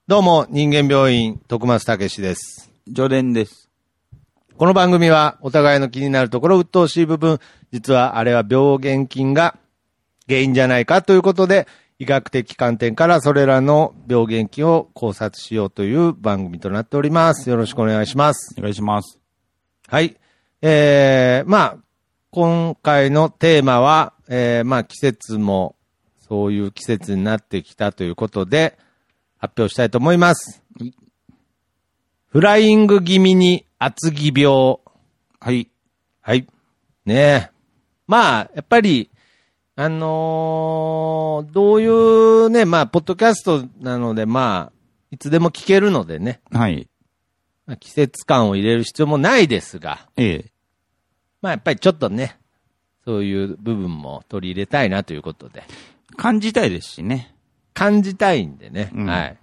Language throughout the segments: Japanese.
どうも、人間病院、徳松武史です。 ジョデンです。 この番組は、お互いの気になるところ、鬱陶しい部分、実はあれは病原菌が原因じゃないかということで、医学的観点からそれらの病原菌を考察しようという番組となっております。よろしくお願いします。 お願いします。 はい。今回のテーマは、季節も、そういう季節になってきたということで、発表したいと思います。フライング気味に厚着病。 はい。 はい。ねえ。やっぱり、どういうね、ポッドキャストなので、いつでも聞けるのでね。 はい。 季節感を入れる必要もないですが。 ええ。 やっぱりちょっとね、そういう部分も取り入れたいなということで。 感じたいですしね。 感じたいんでね。 うん、 はい。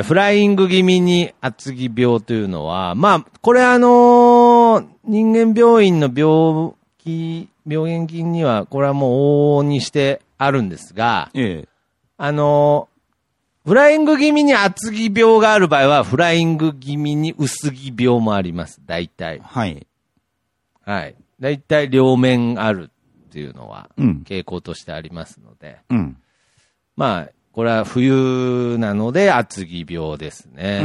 フライング気味に厚着病というのは、これ人間病院の病原菌には、これはもう往々にしてあるんですが、 ええ。 フライング気味に厚着病がある場合は、フライング気味に薄着病もあります。大体。 はい。 はい。大体両面あるっていうのは、 うん、 傾向としてありますので。 うん。 これは冬なので厚着病ですね。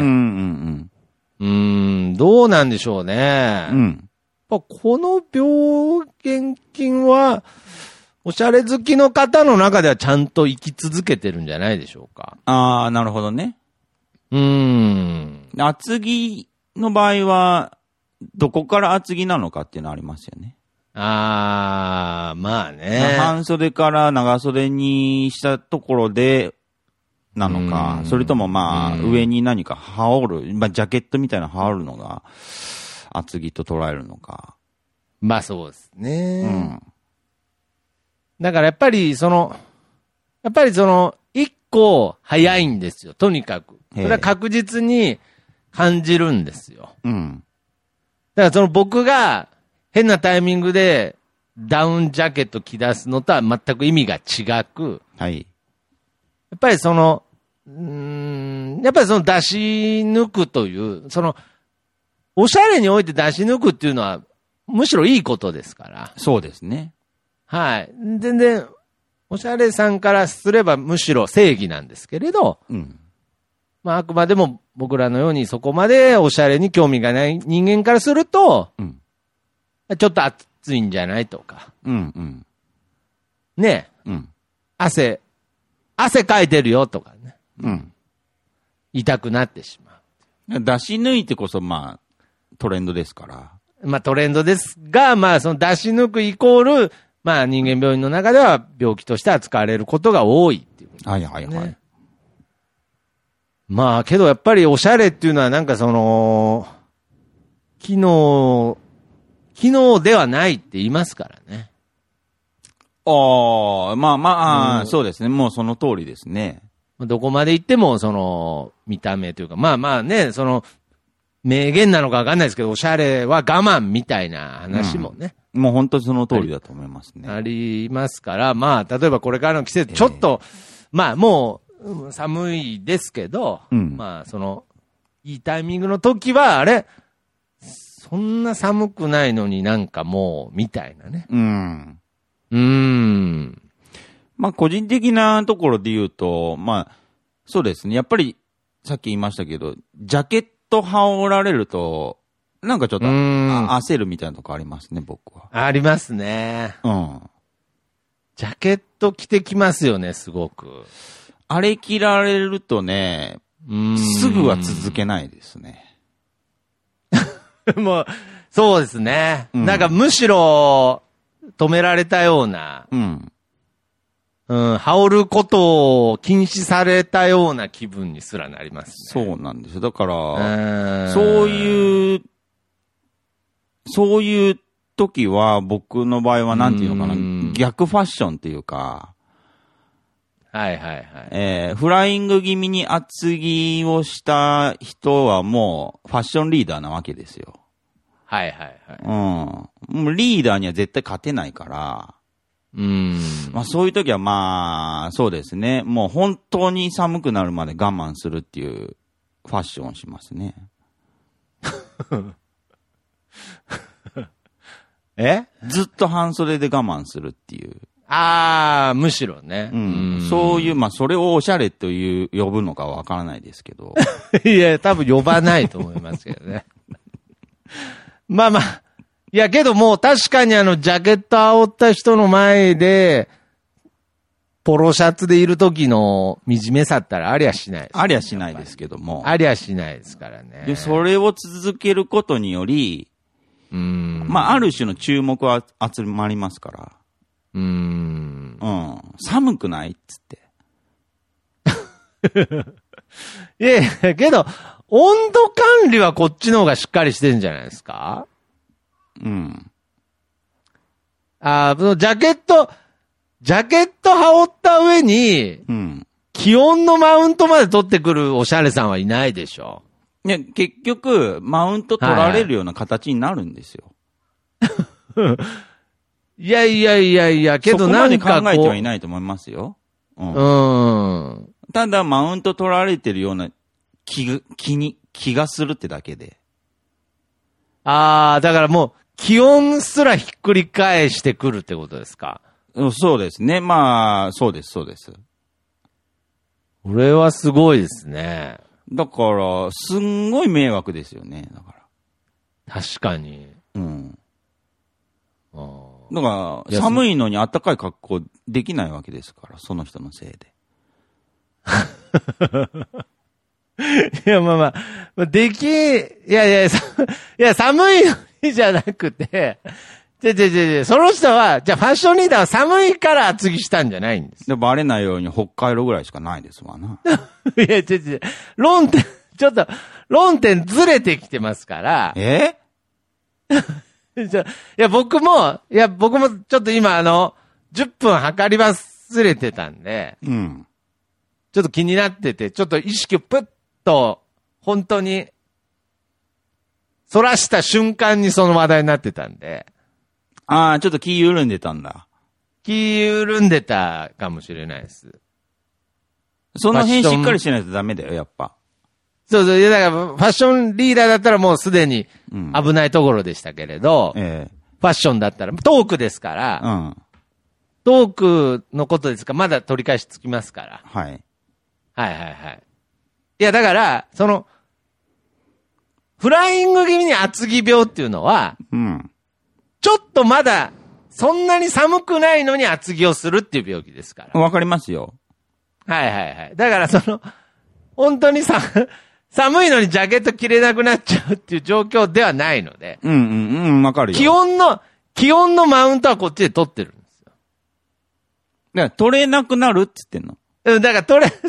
どうなんでしょうね。この病原菌は、おしゃれ好きの方の中ではちゃんと生き続けてるんじゃないでしょうか。 ああ、なるほどね。厚着の場合は、どこから厚着なのかっていうのはありますよね。半袖から長袖にしたところで、なのか、それとも上に何か羽織る、ジャケットみたいな羽織るのが、厚着と捉えるのか。 そうですね。だからやっぱり一個早いんですよ、とにかく。それは確実に感じるんですよ。だから僕が変なタイミングでダウンジャケット着出すのとは全く意味が違く、 はい。 やっぱり出し抜くという、おしゃれにおいて出し抜くっていうのは、むしろいいことですから。 そうですね。 はい。全然、おしゃれさんからすればむしろ正義なんですけれど、あくまでも僕らのようにそこまでおしゃれに興味がない人間からすると、ちょっと暑いんじゃないとか。ねえ。汗かいてるよとかね。痛くなってしまう。出し抜いてこそトレンドですから。 トレンドですが、その出し抜くイコール、人間病院の中では病気として扱われることが多いっていうことですね。 はいはいはい。 けどやっぱりおしゃれっていうのは機能ではないって言いますからね。 そうですね。もうその通りですね。 どこまで行っても、見た目というか、名言なのかわかんないですけど、おしゃれは我慢みたいな話もね。 もう本当にその通りだと思いますね。 ありますから、例えばこれからの季節、ちょっと、もう寒いですけど、いいタイミングの時は、そんな寒くないのにもう、みたいなね。 個人的なところで言うと、そうですね。やっぱり、さっき言いましたけど、ジャケット羽織られると、ちょっと焦るみたいなとこありますね、僕は。 ありますね。ジャケット着てきますよね、すごく。 あれ着られるとね、すぐは続けないですね。 もう、そうですね。むしろ、止められたような、羽織ることを禁止されたような気分にすらなりますね。 そうなんですよ。だから、そういう時は、僕の場合はなんていうのかな、逆ファッションっていうか、フライング気味に厚着をした人はもうファッションリーダーなわけですよ。もうリーダーには絶対勝てないから、 まあそういう時はまあ、そうですね。もう本当に寒くなるまで我慢するっていうファッションをしますね。ずっと半袖で我慢するっていう。 むしろね。 そういう、まあそれをおしゃれという、呼ぶのかわからないですけど。 いや、多分呼ばないと思いますけどね。まあまあ。いや、けどもう確かにジャケット羽織った人の前で、ポロシャツでいる時の惨めさったらありゃしないです、 ありゃしないですけども。 ありゃしないですからね。 で、それを続けることにより、まあある種の注目は集まりますから。寒くないっつって。 いやいや、けど、温度管理はこっちの方がしっかりしてるんじゃないですか？そのジャケット羽織った上に、気温のマウントまで取ってくるおしゃれさんはいないでしょ。 いや、結局、マウント取られるような形になるんですよ。 いや、けどなんかそこまで考えてはいないと思いますよ。ただ、マウント取られてるような気がするってだけで。 だからもう、気温すらひっくり返してくるってことですか？ そうですね。まあ、そうです。これはすごいですね。 だから、すんごい迷惑ですよね。だから。 確かに。 だから、寒いのに暖かい格好できないわけですから、その人のせいで。 いや、まあ、寒いのにじゃなくて、その人は、じゃあファッションリーダーは寒いから厚着したんじゃないんです。 で、バレないように北海道ぐらいしかないですわな。 いや、論点ずれてきてますから。いや、僕もちょっと今10分測り忘れてたんで、ちょっと気になってて、ちょっと意識をプッと、本当に、反らした瞬間にその話題になってたんで。 ちょっと気緩んでたんだ。 気緩んでたかもしれないです。 その辺しっかりしないとダメだよ、やっぱ。 そう、いやだからファッションリーダーだったらもうすでに危ないところでしたけれど、ファッションだったら、トークですから、トークのことですから、まだ取り返しつきますから。はい。いや、だから、フライング気味に厚着病っていうのは、ちょっとまだ、そんなに寒くないのに厚着をするっていう病気ですから。 わかりますよ。 だから本当に寒いのにジャケット着れなくなっちゃうっていう状況ではないので。 わかるよ。 気温のマウントはこっちで取ってるんですよ。 だから取れなくなるって言ってんの。 だ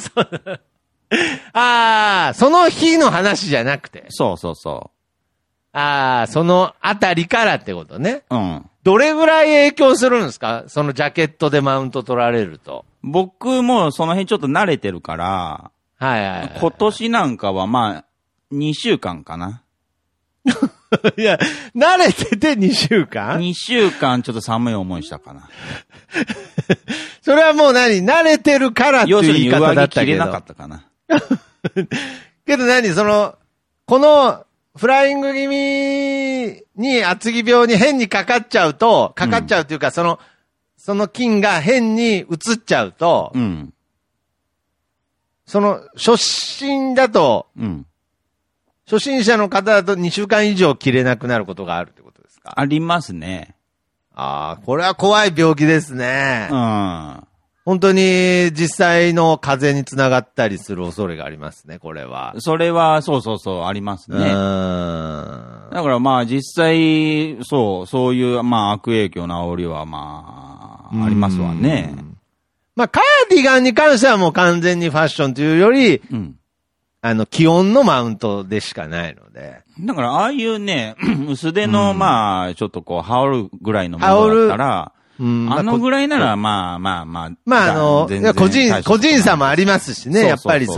からその日の話じゃなくて。 そう。 そのあたりからってことね。どれぐらい影響するんですか？そのジャケットでマウント取られると。 僕もその辺ちょっと慣れてるから、今年なんかはまあ、2週間かな。 いや、慣れてて2週間 ?2 週間ちょっと寒い思いしたかな。 それはもう慣れてるからっていう言い方だったけど。要するに上着着れなかったかな。 けどこの、フライング気味に厚着病に変にかかっちゃうというか、その菌が変に移っちゃうと、初心だと、初心者の方だと2週間以上着れなくなることがあるってことですか？ ありますね。 これは怖い病気ですね。本当に実際の風邪につながったりする恐れがありますね、これは。 それは、そう、ありますね。だからまあ実際、そういうまあ悪影響の煽りはまあ、ありますわね。 まあカーディガンに関してはもう完全にファッションというより、気温のマウントでしかないので。 だからああいうね、薄手のまあ、ちょっとこう、羽織るぐらいのものだったら、ぐらいなら、まあ、 個人差もありますしね、やっぱりで、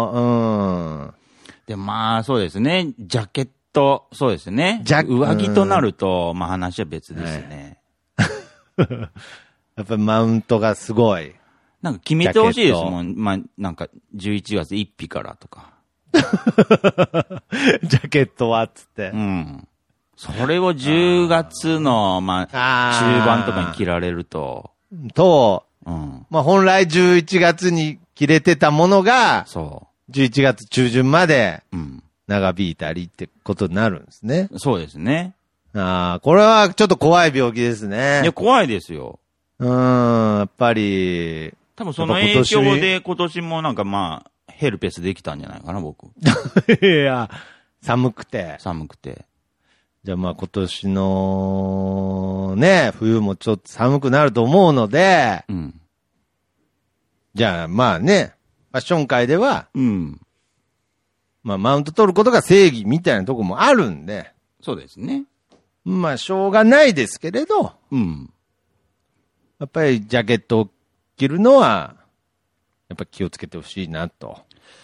まあ、そうですね、ジャケット、そうですね。上着となると、まあ話は別ですね。 やっぱりマウントがすごい。 なんか決めてほしいですもん。まあ、なんか11月1日からとか。 ジャケットはつって。 うん。それを10月の、まあ、中盤とかに着られると。 うん。まあ本来11月に着れてたものが、 そう。 11月中旬まで、長引いたりってことになるんですね。 そうですね。 これはちょっと怖い病気ですね。 いや、怖いですよ。 やっぱり。 多分その影響で今年もなんかまあ、ヘルペスできたんじゃないかな、僕。 いや、寒くて。じゃあまあ今年のね、冬もちょっと寒くなると思うので、じゃあまあね、ファッション界では、まあマウント取ることが正義みたいなとこもあるんで、 そうですね。 まあしょうがないですけれど、やっぱりジャケットを着るのは、やっぱ気をつけてほしいなと。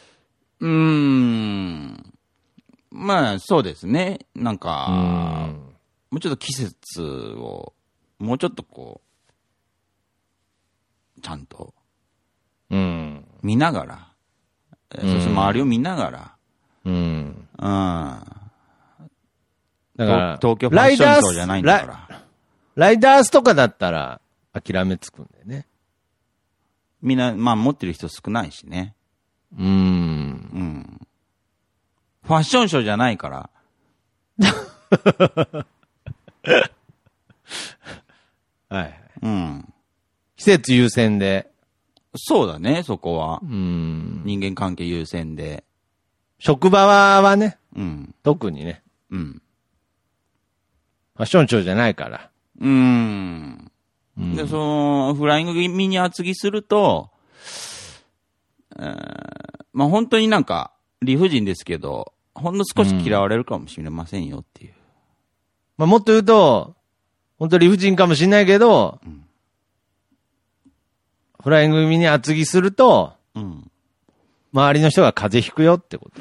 まあ、そうですね。なんか、もうちょっと季節を、もうちょっとこう、ちゃんと、見ながら、そして周りを見ながら、だから、東京ファッションショーじゃないんだから。 ライダースとかだったら、諦めつくんだよね。 みんな、まあ持ってる人少ないしね。ファッションショーじゃないから。 はい。季節優先で。 そうだね、そこは。人間関係優先で。 職場はね。特にね。ファッションショーじゃないから。 で、その、フライング気味に厚着すると、まあ本当になんか、理不尽ですけど、ほんの少し嫌われるかもしれませんよっていう。 まあもっと言うと、本当理不尽かもしれないけど、フライング気味に厚着すると、周りの人が風邪ひくよってこと、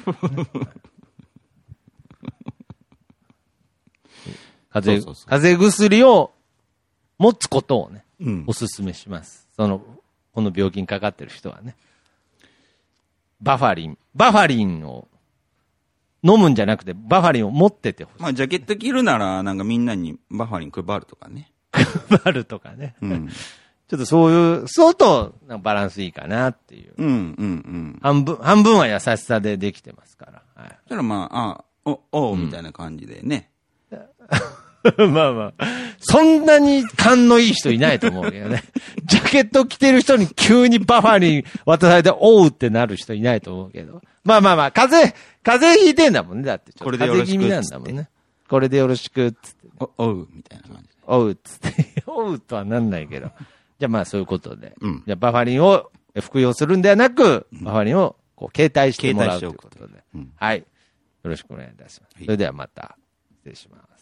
風邪薬を持つことをね、おすすめします。この病気にかかってる人はね。バファリンを飲むんじゃなくて、バファリンを持っててほしい。 まあ、ジャケット着るなら、なんかみんなにバファリン配るとかね。 配るとかね。ちょっとそういう、相当バランスいいかなっていう。半分は優しさでできてますから。はい。 そしたらまあ、おうみたいな感じでね。 まあまあ、そんなに勘のいい人いないと思うけどね。ジャケット着てる人に急にバファリン渡されて、おうってなる人いないと思うけど。まあまあまあ、風邪ひいてんだもんね。だって、 これでよろしく。 風邪気味なんだもんね。これでよろしく、つって。 おう、みたいな感じで。 おう、つって。おうとはなんないけど。じゃあまあそういうことで。じゃあバファリンを服用するんではなく、バファリンをこう携帯してもらうということで。はい。よろしくお願いいたします。それではまた、失礼します。